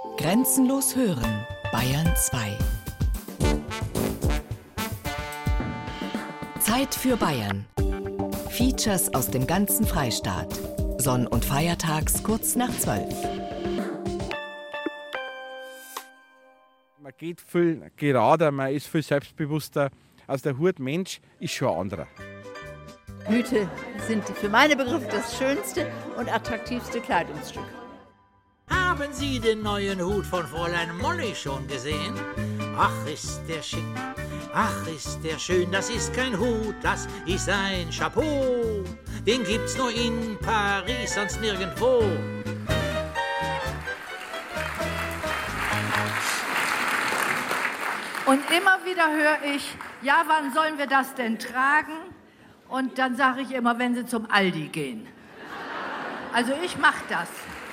Grenzenlos hören, Bayern 2. Zeit für Bayern. Features aus dem ganzen Freistaat. Sonn- und feiertags kurz nach 12. Man geht viel gerader, man ist viel selbstbewusster. Also der Hut-Mensch ist schon ein anderer. Hüte sind für meine Begriffe das schönste und attraktivste Kleidungsstück. Haben Sie den neuen Hut von Fräulein Molly schon gesehen? Ach, ist der schick, ach, ist der schön. Das ist kein Hut, das ist ein Chapeau. Den gibt's nur in Paris, sonst nirgendwo. Und immer wieder höre ich, ja, wann sollen wir das denn tragen? Und dann sage ich immer, wenn Sie zum Aldi gehen. Also ich mache das.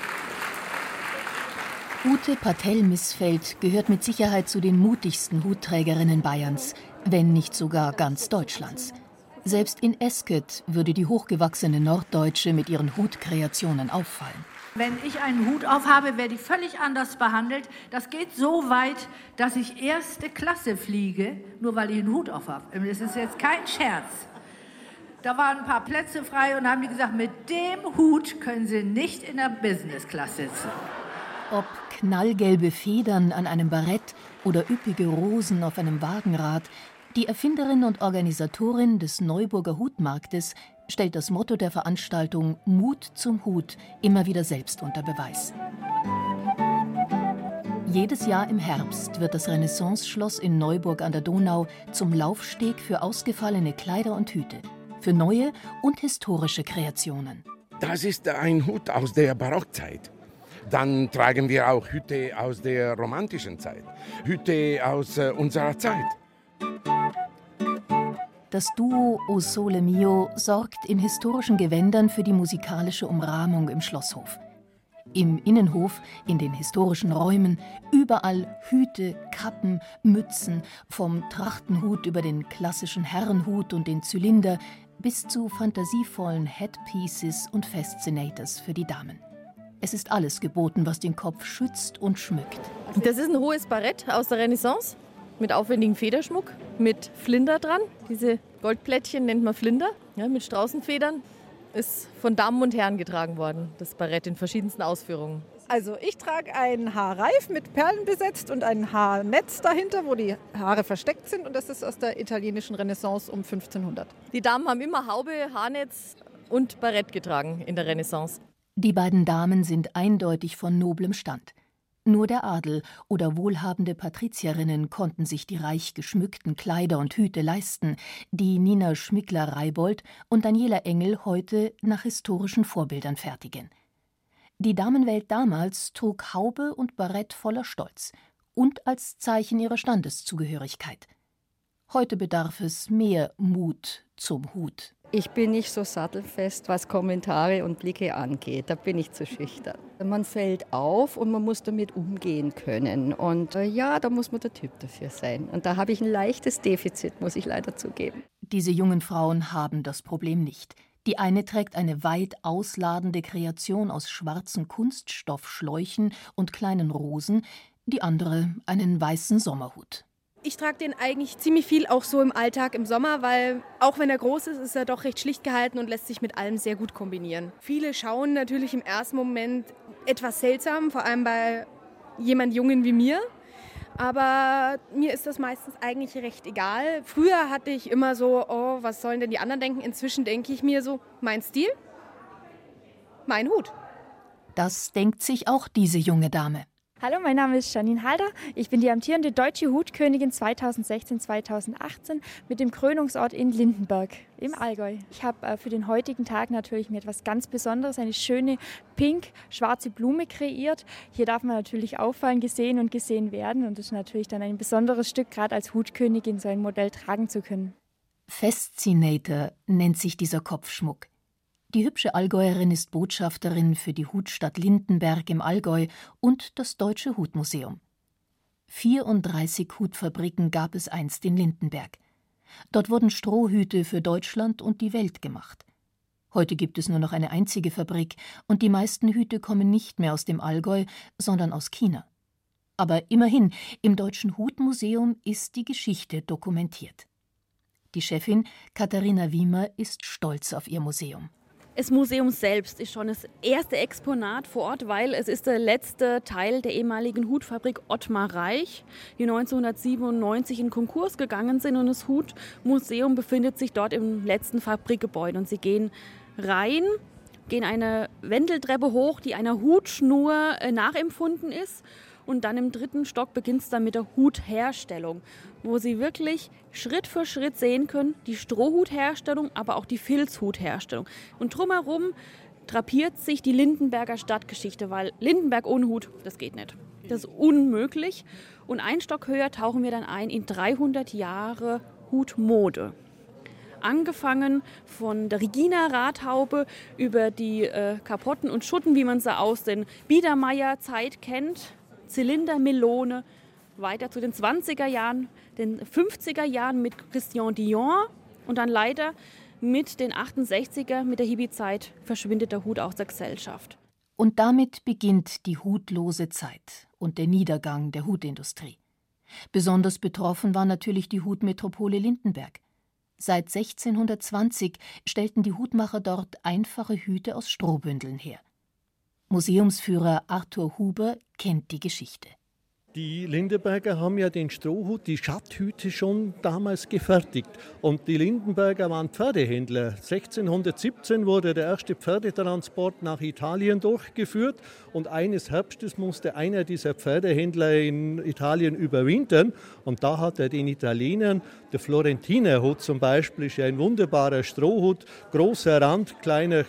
Ute Patel-Missfeld gehört mit Sicherheit zu den mutigsten Hutträgerinnen Bayerns, wenn nicht sogar ganz Deutschlands. Selbst in Esket würde die hochgewachsene Norddeutsche mit ihren Hutkreationen auffallen. Wenn ich einen Hut aufhabe, werde ich völlig anders behandelt. Das geht so weit, dass ich erste Klasse fliege, nur weil ich einen Hut aufhabe. Das ist jetzt kein Scherz. Da waren ein paar Plätze frei und haben die gesagt, mit dem Hut können Sie nicht in der Business Class sitzen. Ob knallgelbe Federn an einem Barett oder üppige Rosen auf einem Wagenrad, die Erfinderin und Organisatorin des Neuburger Hutmarktes stellt das Motto der Veranstaltung Mut zum Hut immer wieder selbst unter Beweis. Jedes Jahr im Herbst wird das Renaissance-Schloss in Neuburg an der Donau zum Laufsteg für ausgefallene Kleider und Hüte, für neue und historische Kreationen. Das ist ein Hut aus der Barockzeit. Dann tragen wir auch Hüte aus der romantischen Zeit, Hüte aus unserer Zeit. Das Duo O Sole Mio sorgt in historischen Gewändern für die musikalische Umrahmung im Schlosshof. Im Innenhof, in den historischen Räumen, überall Hüte, Kappen, Mützen, vom Trachtenhut über den klassischen Herrenhut und den Zylinder bis zu fantasievollen Headpieces und Fascinators für die Damen. Es ist alles geboten, was den Kopf schützt und schmückt. Das ist ein hohes Barett aus der Renaissance mit aufwendigem Federschmuck, mit Flinder dran. Diese Goldplättchen nennt man Flinder, ja, mit Straußenfedern. Ist von Damen und Herren getragen worden, das Barett in verschiedensten Ausführungen. Also ich trage einen Haarreif mit Perlen besetzt und ein Haarnetz dahinter, wo die Haare versteckt sind. Und das ist aus der italienischen Renaissance um 1500. Die Damen haben immer Haube, Haarnetz und Barett getragen in der Renaissance. Die beiden Damen sind eindeutig von noblem Stand. Nur der Adel oder wohlhabende Patrizierinnen konnten sich die reich geschmückten Kleider und Hüte leisten, die Nina Schmickler-Reibold und Daniela Engel heute nach historischen Vorbildern fertigen. Die Damenwelt damals trug Haube und Barett voller Stolz und als Zeichen ihrer Standeszugehörigkeit. Heute bedarf es mehr Mut zum Hut. Ich bin nicht so sattelfest, was Kommentare und Blicke angeht. Da bin ich zu schüchtern. Man fällt auf und man muss damit umgehen können. Und ja, da muss man der Typ dafür sein. Und da habe ich ein leichtes Defizit, muss ich leider zugeben. Diese jungen Frauen haben das Problem nicht. Die eine trägt eine weit ausladende Kreation aus schwarzen Kunststoffschläuchen und kleinen Rosen, die andere einen weißen Sommerhut. Ich trage den eigentlich ziemlich viel auch so im Alltag im Sommer, weil auch wenn er groß ist, ist er doch recht schlicht gehalten und lässt sich mit allem sehr gut kombinieren. Viele schauen natürlich im ersten Moment etwas seltsam, vor allem bei jemand Jungen wie mir. Aber mir ist das meistens eigentlich recht egal. Früher hatte ich immer so, oh, was sollen denn die anderen denken? Inzwischen denke ich mir so, mein Stil, mein Hut. Das denkt sich auch diese junge Dame. Hallo, mein Name ist Janine Halder. Ich bin die amtierende Deutsche Hutkönigin 2016-2018 mit dem Krönungsort in Lindenberg im Allgäu. Ich habe für den heutigen Tag natürlich mir etwas ganz Besonderes, eine schöne pink-schwarze Blume kreiert. Hier darf man natürlich auffallen, gesehen und gesehen werden. Und das ist natürlich dann ein besonderes Stück, gerade als Hutkönigin so ein Modell tragen zu können. Fascinator nennt sich dieser Kopfschmuck. Die hübsche Allgäuerin ist Botschafterin für die Hutstadt Lindenberg im Allgäu und das Deutsche Hutmuseum. 34 Hutfabriken gab es einst in Lindenberg. Dort wurden Strohhüte für Deutschland und die Welt gemacht. Heute gibt es nur noch eine einzige Fabrik und die meisten Hüte kommen nicht mehr aus dem Allgäu, sondern aus China. Aber immerhin, im Deutschen Hutmuseum ist die Geschichte dokumentiert. Die Chefin Katharina Wiemer ist stolz auf ihr Museum. Das Museum selbst ist schon das erste Exponat vor Ort, weil es ist der letzte Teil der ehemaligen Hutfabrik Ottmar Reich, die 1997 in Konkurs gegangen sind. Und das Hutmuseum befindet sich dort im letzten Fabrikgebäude. Und Sie gehen rein, gehen eine Wendeltreppe hoch, die einer Hutschnur nachempfunden ist. Und dann im 3. Stock beginnt es dann mit der Hutherstellung, wo Sie wirklich Schritt für Schritt sehen können, die Strohhutherstellung, aber auch die Filzhutherstellung. Und drumherum drapiert sich die Lindenberger Stadtgeschichte, weil Lindenberg ohne Hut, das geht nicht. Das ist unmöglich. Und einen Stock höher tauchen wir dann ein in 300 Jahre Hutmode. Angefangen von der Regina-Radhaube über die Kapotten und Schutten, wie man sie aus den Biedermeier-Zeit kennt, Zylindermelone, weiter zu den 20er Jahren, den 50er Jahren mit Christian Dior und dann leider mit den 68er, mit der Hippie-Zeit, verschwindet der Hut aus der Gesellschaft. Und damit beginnt die hutlose Zeit und der Niedergang der Hutindustrie. Besonders betroffen war natürlich die Hutmetropole Lindenberg. Seit 1620 stellten die Hutmacher dort einfache Hüte aus Strohbündeln her. Museumsführer Arthur Huber kennt die Geschichte. Die Lindenberger haben ja den Strohhut, die Schatthüte schon damals gefertigt. Und die Lindenberger waren Pferdehändler. 1617 wurde der erste Pferdetransport nach Italien durchgeführt. Und eines Herbstes musste einer dieser Pferdehändler in Italien überwintern. Und da hat er den Italienern, der Florentinerhut zum Beispiel, ist ja ein wunderbarer Strohhut, großer Rand, kleiner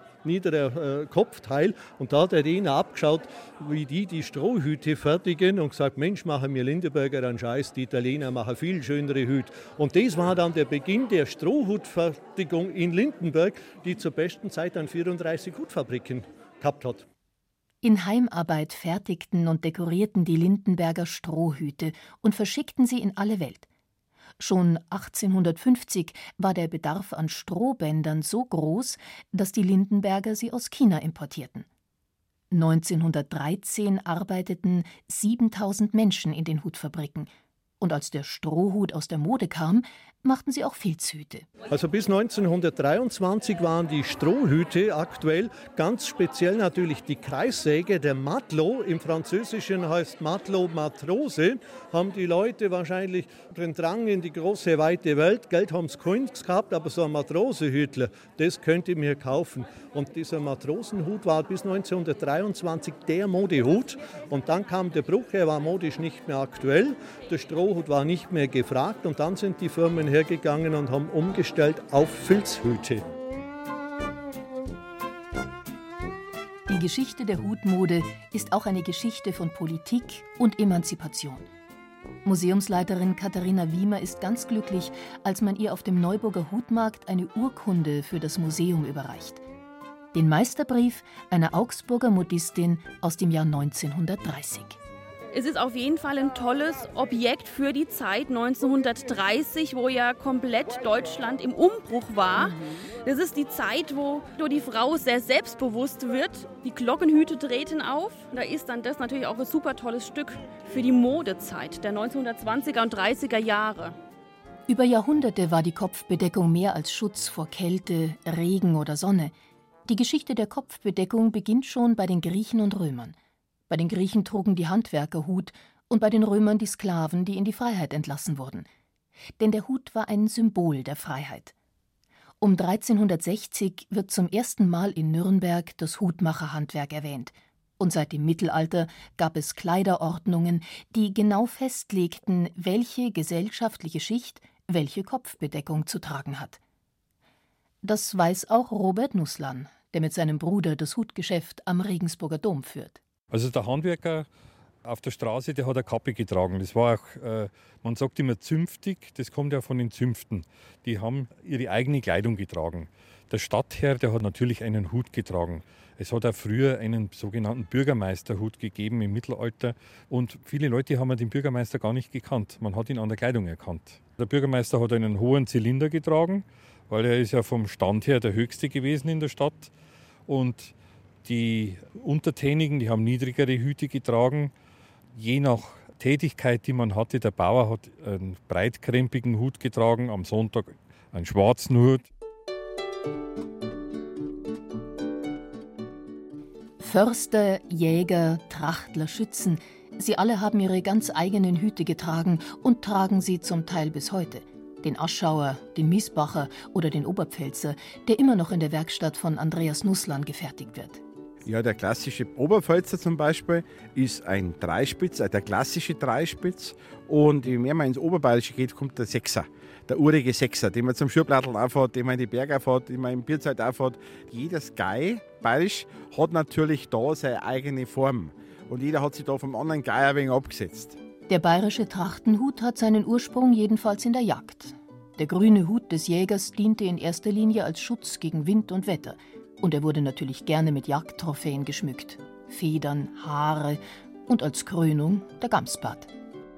niederer Kopfteil, und da hat er denen abgeschaut, wie die Strohhüte fertigen und gesagt, Mensch, machen wir Lindenberger einen Scheiß, die Italiener machen viel schönere Hüte. Und das war dann der Beginn der Strohhutfertigung in Lindenberg, die zur besten Zeit dann 34 Hutfabriken gehabt hat. In Heimarbeit fertigten und dekorierten die Lindenberger Strohhüte und verschickten sie in alle Welt. Schon 1850 war der Bedarf an Strohbändern so groß, dass die Lindenberger sie aus China importierten. 1913 arbeiteten 7.000 Menschen in den Hutfabriken. Und als der Strohhut aus der Mode kam, machten sie auch Filzhüte. Also bis 1923 waren die Strohhüte aktuell, ganz speziell natürlich die Kreissäge, der Matelot, im Französischen heißt Matelot Matrose, haben die Leute wahrscheinlich den Drang in die große, weite Welt. Geld haben sie keins gehabt, aber so ein Matrosehütler, das könnt ihr mir kaufen. Und dieser Matrosenhut war bis 1923 der Modehut. Und dann kam der Bruch, er war modisch nicht mehr aktuell, der Strohhut war nicht mehr gefragt und dann sind die Firmen hergegangen und haben umgestellt auf Filzhüte. Die Geschichte der Hutmode ist auch eine Geschichte von Politik und Emanzipation. Museumsleiterin Katharina Wiemer ist ganz glücklich, als man ihr auf dem Neuburger Hutmarkt eine Urkunde für das Museum überreicht. Den Meisterbrief einer Augsburger Modistin aus dem Jahr 1930. Es ist auf jeden Fall ein tolles Objekt für die Zeit 1930, wo ja komplett Deutschland im Umbruch war. Das ist die Zeit, wo die Frau sehr selbstbewusst wird. Die Glockenhüte treten auf. Da ist dann das natürlich auch ein super tolles Stück für die Modezeit der 1920er und 30er Jahre. Über Jahrhunderte war die Kopfbedeckung mehr als Schutz vor Kälte, Regen oder Sonne. Die Geschichte der Kopfbedeckung beginnt schon bei den Griechen und Römern. Bei den Griechen trugen die Handwerker Hut und bei den Römern die Sklaven, die in die Freiheit entlassen wurden. Denn der Hut war ein Symbol der Freiheit. Um 1360 wird zum ersten Mal in Nürnberg das Hutmacherhandwerk erwähnt. Und seit dem Mittelalter gab es Kleiderordnungen, die genau festlegten, welche gesellschaftliche Schicht welche Kopfbedeckung zu tragen hat. Das weiß auch Robert Nusslan, der mit seinem Bruder das Hutgeschäft am Regensburger Dom führt. Also der Handwerker auf der Straße, der hat eine Kappe getragen. Das war auch, man sagt immer zünftig, das kommt ja von den Zünften. Die haben ihre eigene Kleidung getragen. Der Stadtherr, der hat natürlich einen Hut getragen. Es hat auch früher einen sogenannten Bürgermeisterhut gegeben im Mittelalter. Und viele Leute haben den Bürgermeister gar nicht gekannt. Man hat ihn an der Kleidung erkannt. Der Bürgermeister hat einen hohen Zylinder getragen, weil er ist ja vom Stand her der höchste gewesen in der Stadt. Und die Untertänigen, die haben niedrigere Hüte getragen. Je nach Tätigkeit, die man hatte, der Bauer hat einen breitkrempigen Hut getragen, am Sonntag einen schwarzen Hut. Förster, Jäger, Trachtler, Schützen, sie alle haben ihre ganz eigenen Hüte getragen und tragen sie zum Teil bis heute. Den Aschauer, den Miesbacher oder den Oberpfälzer, der immer noch in der Werkstatt von Andreas Nusslan gefertigt wird. Ja, der klassische Oberpfälzer zum Beispiel ist ein Dreispitz, der klassische Dreispitz. Und je mehr man ins Oberbayerische geht, kommt der Sechser, der urige Sechser, den man zum Schurplatteln auffährt, den man in die Berge auffährt, den man im Bierzeit auffährt. Jedes Gei, bayerisch, hat natürlich da seine eigene Form. Und jeder hat sich da vom anderen Gei ein wenig abgesetzt. Der bayerische Trachtenhut hat seinen Ursprung jedenfalls in der Jagd. Der grüne Hut des Jägers diente in erster Linie als Schutz gegen Wind und Wetter. Und er wurde natürlich gerne mit Jagdtrophäen geschmückt. Federn, Haare und als Krönung der Gamsbart.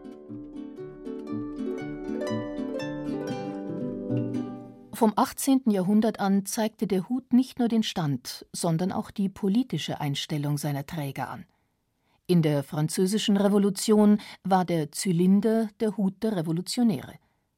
Vom 18. Jahrhundert an zeigte der Hut nicht nur den Stand, sondern auch die politische Einstellung seiner Träger an. In der Französischen Revolution war der Zylinder der Hut der Revolutionäre.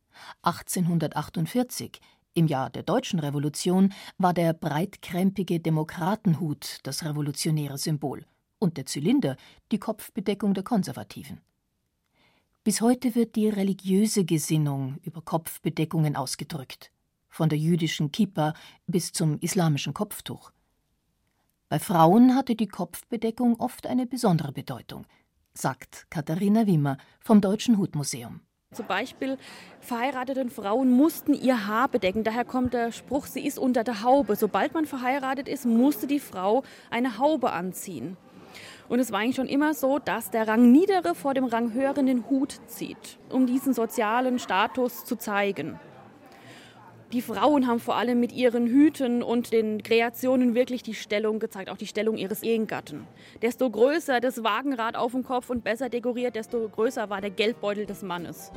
1848, im Jahr der Deutschen Revolution, war der breitkrempige Demokratenhut das revolutionäre Symbol und der Zylinder die Kopfbedeckung der Konservativen. Bis heute wird die religiöse Gesinnung über Kopfbedeckungen ausgedrückt, von der jüdischen Kippa bis zum islamischen Kopftuch. Bei Frauen hatte die Kopfbedeckung oft eine besondere Bedeutung, sagt Katharina Wimmer vom Deutschen Hutmuseum. Zum Beispiel verheiratete Frauen mussten ihr Haar bedecken. Daher kommt der Spruch, sie ist unter der Haube. Sobald man verheiratet ist, musste die Frau eine Haube anziehen. Und es war eigentlich schon immer so, dass der Rangniedere vor dem Ranghöheren den Hut zieht, um diesen sozialen Status zu zeigen. Die Frauen haben vor allem mit ihren Hüten und den Kreationen wirklich die Stellung gezeigt, auch die Stellung ihres Ehegatten. Desto größer das Wagenrad auf dem Kopf und besser dekoriert, desto größer war der Geldbeutel des Mannes.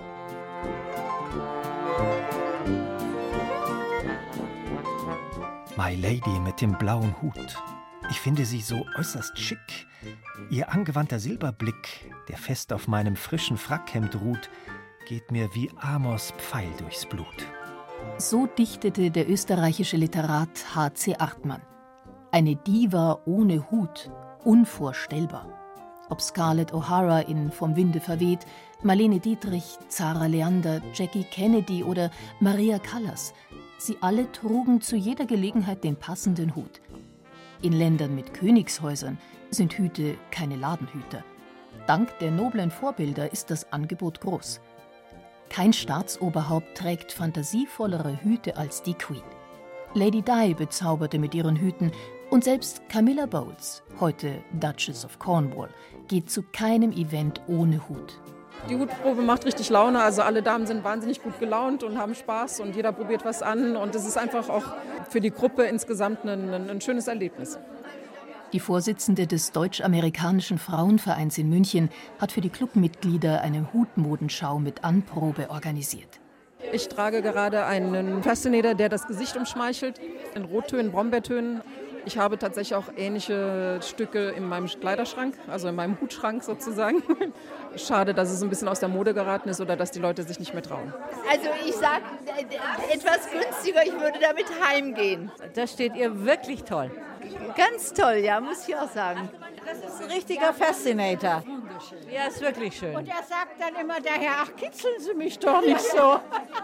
My Lady mit dem blauen Hut. Ich finde sie so äußerst schick. Ihr angewandter Silberblick, der fest auf meinem frischen Frackhemd ruht, geht mir wie Amors Pfeil durchs Blut. So dichtete der österreichische Literat H.C. Artmann. Eine Diva ohne Hut, unvorstellbar. Ob Scarlett O'Hara in Vom Winde verweht, Marlene Dietrich, Zara Leander, Jackie Kennedy oder Maria Callas, sie alle trugen zu jeder Gelegenheit den passenden Hut. In Ländern mit Königshäusern sind Hüte keine Ladenhüter. Dank der noblen Vorbilder ist das Angebot groß. Kein Staatsoberhaupt trägt fantasievollere Hüte als die Queen. Lady Di bezauberte mit ihren Hüten und selbst Camilla Bowles, heute Duchess of Cornwall, geht zu keinem Event ohne Hut. Die Hutprobe macht richtig Laune, also alle Damen sind wahnsinnig gut gelaunt und haben Spaß und jeder probiert was an und es ist einfach auch für die Gruppe insgesamt ein schönes Erlebnis. Die Vorsitzende des Deutsch-Amerikanischen Frauenvereins in München hat für die Clubmitglieder eine Hutmodenschau mit Anprobe organisiert. Ich trage gerade einen Fascinator, der das Gesicht umschmeichelt, in Rottönen, Brombeertönen. Ich habe tatsächlich auch ähnliche Stücke in meinem Kleiderschrank, also in meinem Hutschrank sozusagen. Schade, dass es ein bisschen aus der Mode geraten ist oder dass die Leute sich nicht mehr trauen. Also ich sage etwas günstiger, ich würde damit heimgehen. Das steht ihr wirklich toll. Ganz toll, ja, muss ich auch sagen. Das ist ein richtiger Fascinator. Ja, ist wirklich schön. Und er sagt dann immer daher, ach, kitzeln Sie mich doch nicht so.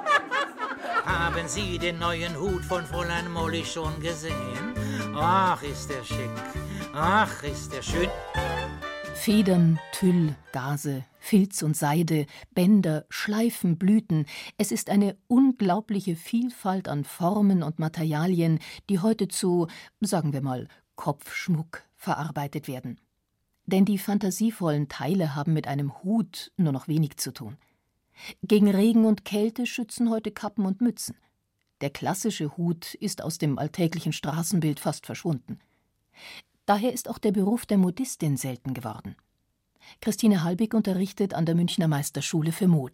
Haben Sie den neuen Hut von Fräulein Molly schon gesehen? Ach, ist der schick. Ach, ist der schön. Federn, Tüll, Gaze, Filz und Seide, Bänder, Schleifen, Blüten. Es ist eine unglaubliche Vielfalt an Formen und Materialien, die heute zu, sagen wir mal, Kopfschmuck verarbeitet werden. Denn die fantasievollen Teile haben mit einem Hut nur noch wenig zu tun. Gegen Regen und Kälte schützen heute Kappen und Mützen. Der klassische Hut ist aus dem alltäglichen Straßenbild fast verschwunden. Daher ist auch der Beruf der Modistin selten geworden. Christine Halbig unterrichtet an der Münchner Meisterschule für Mode.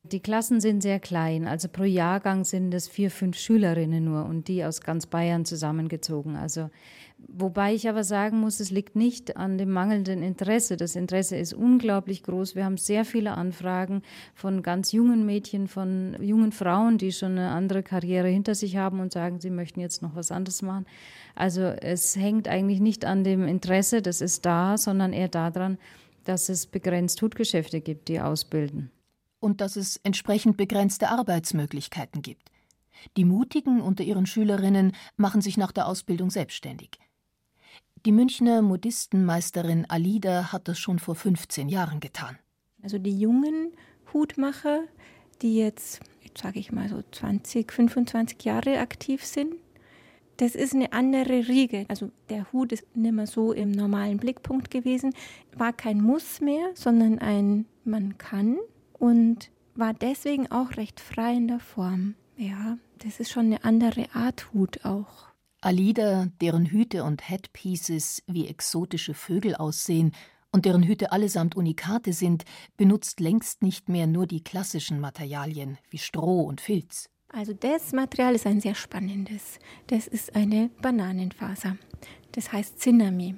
Die Klassen sind sehr klein, also pro Jahrgang sind es 4, 5 Schülerinnen nur und die aus ganz Bayern zusammengezogen. Also, wobei ich aber sagen muss, es liegt nicht an dem mangelnden Interesse. Das Interesse ist unglaublich groß. Wir haben sehr viele Anfragen von ganz jungen Mädchen, von jungen Frauen, die schon eine andere Karriere hinter sich haben und sagen, sie möchten jetzt noch was anderes machen. Also es hängt eigentlich nicht an dem Interesse, das ist da, sondern eher daran, dass es begrenzt Hutgeschäfte gibt, die ausbilden. Und dass es entsprechend begrenzte Arbeitsmöglichkeiten gibt. Die Mutigen unter ihren Schülerinnen machen sich nach der Ausbildung selbstständig. Die Münchner Modistenmeisterin Alida hat das schon vor 15 Jahren getan. Also die jungen Hutmacher, die jetzt sage ich mal so 20, 25 Jahre aktiv sind, das ist eine andere Riege. Also der Hut ist nicht mehr so im normalen Blickpunkt gewesen, war kein Muss mehr, sondern ein man kann. Und war deswegen auch recht frei in der Form. Ja, das ist schon eine andere Art Hut auch. Alida, deren Hüte und Headpieces wie exotische Vögel aussehen und deren Hüte allesamt Unikate sind, benutzt längst nicht mehr nur die klassischen Materialien wie Stroh und Filz. Also das Material ist ein sehr spannendes. Das ist eine Bananenfaser. Das heißt Sinami.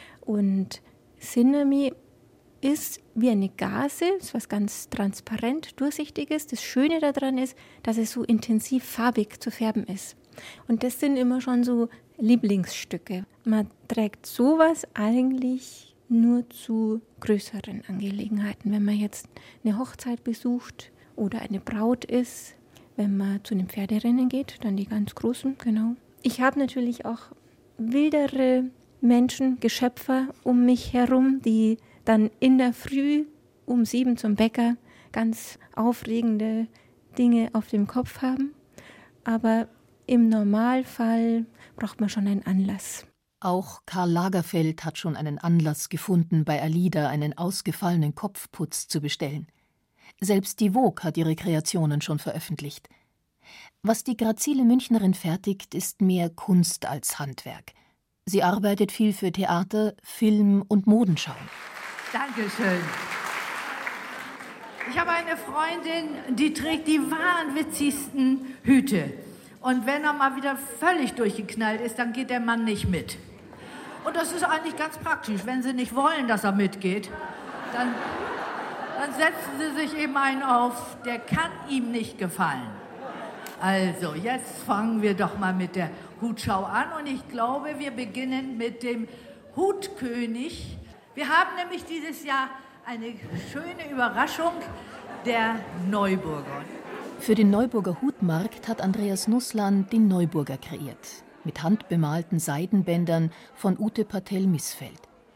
Und Sinami ist wie eine Gaze, ist was ganz transparent, durchsichtiges. Das Schöne daran ist, dass es so intensiv farbig zu färben ist. Und das sind immer schon so Lieblingsstücke. Man trägt sowas eigentlich nur zu größeren Angelegenheiten. Wenn man jetzt eine Hochzeit besucht oder eine Braut ist, wenn man zu einem Pferderennen geht, dann die ganz großen, genau. Ich habe natürlich auch wildere Menschen, Geschöpfe um mich herum, die dann in der Früh um 7 zum Bäcker ganz aufregende Dinge auf dem Kopf haben. Aber im Normalfall braucht man schon einen Anlass. Auch Karl Lagerfeld hat schon einen Anlass gefunden, bei Alida einen ausgefallenen Kopfputz zu bestellen. Selbst die Vogue hat ihre Kreationen schon veröffentlicht. Was die grazile Münchnerin fertigt, ist mehr Kunst als Handwerk. Sie arbeitet viel für Theater, Film und Modenschauen. Dankeschön. Ich habe eine Freundin, die trägt die wahnwitzigsten Hüte. Und wenn er mal wieder völlig durchgeknallt ist, dann geht der Mann nicht mit. Und das ist eigentlich ganz praktisch. Wenn Sie nicht wollen, dass er mitgeht, dann setzen Sie sich eben einen auf, der kann ihm nicht gefallen. Also, jetzt fangen wir doch mal mit der Hutschau an. Und ich glaube, wir beginnen mit dem Hutkönig. Wir haben nämlich dieses Jahr eine schöne Überraschung, der Neuburger. Für den Neuburger Hutmarkt hat Andreas Nusslan den Neuburger kreiert, mit handbemalten Seidenbändern von Ute Patel-Missfeld.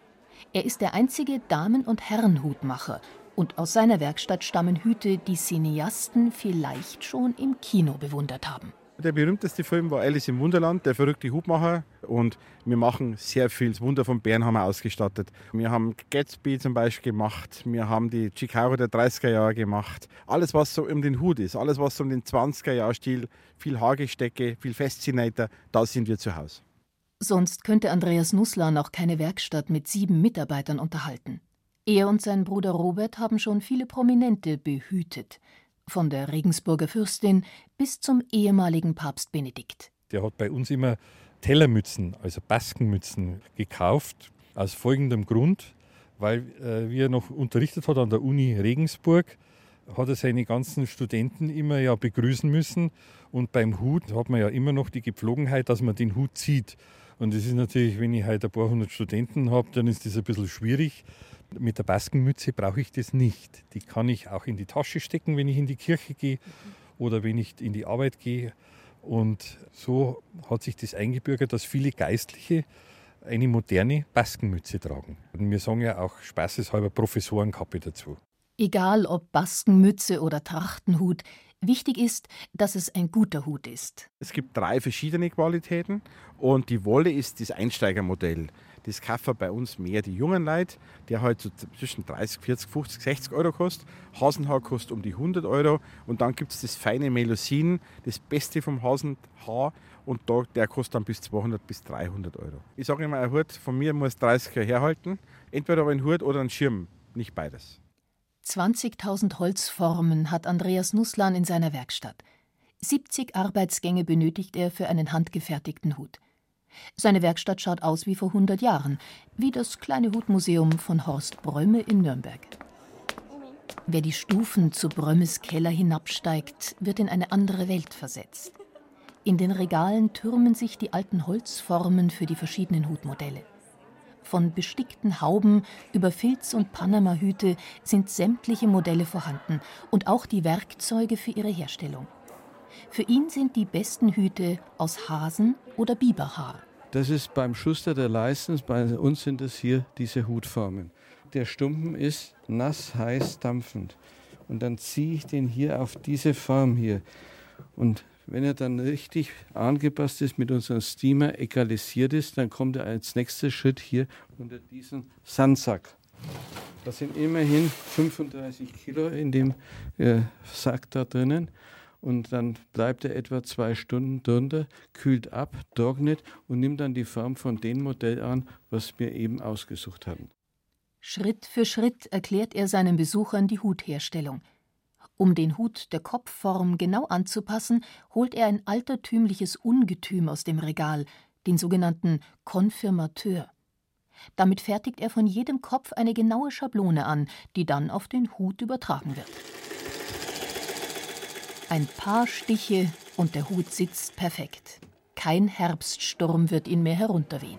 Er ist der einzige Damen- und Herrenhutmacher und aus seiner Werkstatt stammen Hüte, die Cineasten vielleicht schon im Kino bewundert haben. Der berühmteste Film war Alice im Wunderland, der verrückte Hutmacher. Und wir machen sehr viel. Das Wunder von Bern haben wir ausgestattet. Wir haben Gatsby zum Beispiel gemacht. Wir haben die Chicago der 30er Jahre gemacht. Alles, was so um den Hut ist, alles, was so um den 20er-Jahr-Stil, viel Haargestecke, viel Fascinator, da sind wir zu Hause. Sonst könnte Andreas Nusslan auch keine Werkstatt mit 7 Mitarbeitern unterhalten. Er und sein Bruder Robert haben schon viele Prominente behütet. Von der Regensburger Fürstin bis zum ehemaligen Papst Benedikt. Der hat bei uns immer Tellermützen, also Baskenmützen, gekauft. Aus folgendem Grund, weil wie er noch unterrichtet hat an der Uni Regensburg, hat er seine ganzen Studenten immer ja begrüßen müssen. Und beim Hut hat man ja immer noch die Gepflogenheit, dass man den Hut zieht. Und das ist natürlich, wenn ich halt ein paar hundert Studenten habe, dann ist das ein bisschen schwierig. Mit der Baskenmütze brauche ich das nicht. Die kann ich auch in die Tasche stecken, wenn ich in die Kirche gehe oder wenn ich in die Arbeit gehe. Und so hat sich das eingebürgert, dass viele Geistliche eine moderne Baskenmütze tragen. Und wir sagen ja auch spaßeshalber Professorenkappe dazu. Egal ob Baskenmütze oder Trachtenhut, wichtig ist, dass es ein guter Hut ist. Es gibt 3 verschiedene Qualitäten und die Wolle ist das Einsteigermodell. Das kaufen bei uns mehr die jungen Leute, der halt so zwischen 30, 40, 50, 60 Euro kostet. Hasenhaar kostet um die 100 Euro. Und dann gibt es das feine Melusin, das Beste vom Hasenhaar. Und der kostet dann bis 200 bis 300 Euro. Ich sage immer, ein Hut von mir muss 30 Jahre herhalten. Entweder ein Hut oder ein Schirm, nicht beides. 20.000 Holzformen hat Andreas Nusslan in seiner Werkstatt. 70 Arbeitsgänge benötigt er für einen handgefertigten Hut. Seine Werkstatt schaut aus wie vor 100 Jahren, wie das kleine Hutmuseum von Horst Brömme in Nürnberg. Wer die Stufen zu Brömmes Keller hinabsteigt, wird in eine andere Welt versetzt. In den Regalen türmen sich die alten Holzformen für die verschiedenen Hutmodelle. Von bestickten Hauben über Filz- und Panamahüte sind sämtliche Modelle vorhanden und auch die Werkzeuge für ihre Herstellung. Für ihn sind die besten Hüte aus Hasen- oder Biberhaar. Das ist beim Schuster der Leistens, bei uns sind es hier diese Hutformen. Der Stumpen ist nass, heiß, dampfend. Und dann ziehe ich den hier auf diese Form hier. Und wenn er dann richtig angepasst ist, mit unserem Steamer egalisiert ist, dann kommt er als nächster Schritt hier unter diesen Sandsack. Das sind immerhin 35 Kilo in dem Sack da drinnen. Und dann bleibt er etwa 2 Stunden drunter, kühlt ab, trocknet und nimmt dann die Form von dem Modell an, was wir eben ausgesucht hatten. Schritt für Schritt erklärt er seinen Besuchern die Hutherstellung. Um den Hut der Kopfform genau anzupassen, holt er ein altertümliches Ungetüm aus dem Regal, den sogenannten Konfirmateur. Damit fertigt er von jedem Kopf eine genaue Schablone an, die dann auf den Hut übertragen wird. Ein paar Stiche und der Hut sitzt perfekt. Kein Herbststurm wird ihn mehr herunterwehen.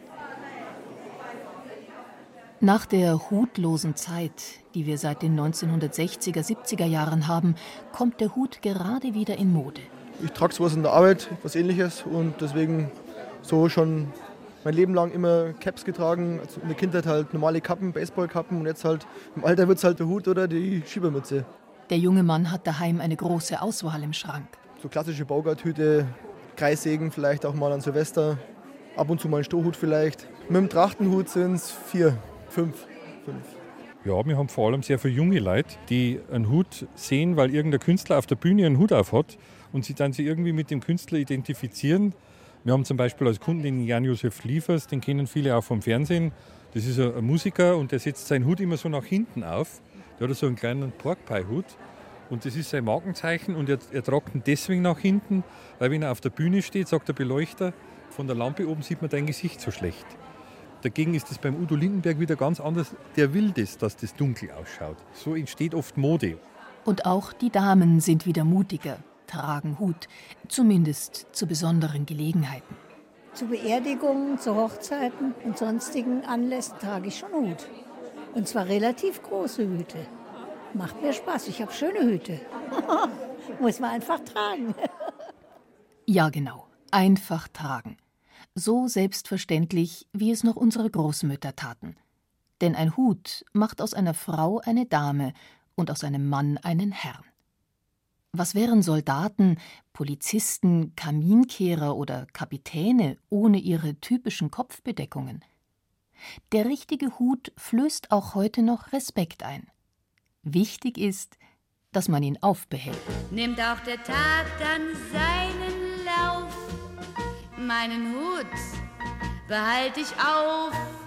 Nach der hutlosen Zeit, die wir seit den 1960er, 70er Jahren haben, kommt der Hut gerade wieder in Mode. Ich trage sowas in der Arbeit, was Ähnliches, und deswegen so schon mein Leben lang immer Caps getragen. Also in der Kindheit halt normale Kappen, Baseballkappen, und jetzt halt im Alter wird es halt der Hut oder die Schiebermütze. Der junge Mann hat daheim eine große Auswahl im Schrank. So klassische Baugart-Hüte, Kreissägen vielleicht auch mal an Silvester, ab und zu mal ein Strohhut vielleicht. Mit dem Trachtenhut sind es 4, 5. Ja, wir haben vor allem sehr viele junge Leute, die einen Hut sehen, weil irgendein Künstler auf der Bühne einen Hut auf hat und sie dann sich irgendwie mit dem Künstler identifizieren. Wir haben zum Beispiel als Kunden den Jan-Josef Liefers, den kennen viele auch vom Fernsehen. Das ist ein Musiker und der setzt seinen Hut immer so nach hinten auf. Der hat so einen kleinen Porkpie-Hut und das ist sein Markenzeichen und er tragt ihn deswegen nach hinten, weil wenn er auf der Bühne steht, sagt der Beleuchter, von der Lampe oben sieht man dein Gesicht so schlecht. Dagegen ist es beim Udo Lindenberg wieder ganz anders. Der will das, dass das dunkel ausschaut. So entsteht oft Mode. Und auch die Damen sind wieder mutiger, tragen Hut, zumindest zu besonderen Gelegenheiten. Zu Beerdigungen, zu Hochzeiten und sonstigen Anlässen trage ich schon Hut. Und zwar relativ große Hüte. Macht mir Spaß, ich habe schöne Hüte. Muss man einfach tragen. Ja, genau, einfach tragen. So selbstverständlich, wie es noch unsere Großmütter taten. Denn ein Hut macht aus einer Frau eine Dame und aus einem Mann einen Herrn. Was wären Soldaten, Polizisten, Kaminkehrer oder Kapitäne ohne ihre typischen Kopfbedeckungen? Der richtige Hut flößt auch heute noch Respekt ein. Wichtig ist, dass man ihn aufbehält. Nimmt auch der Tag dann seinen Lauf, meinen Hut behalte ich auf.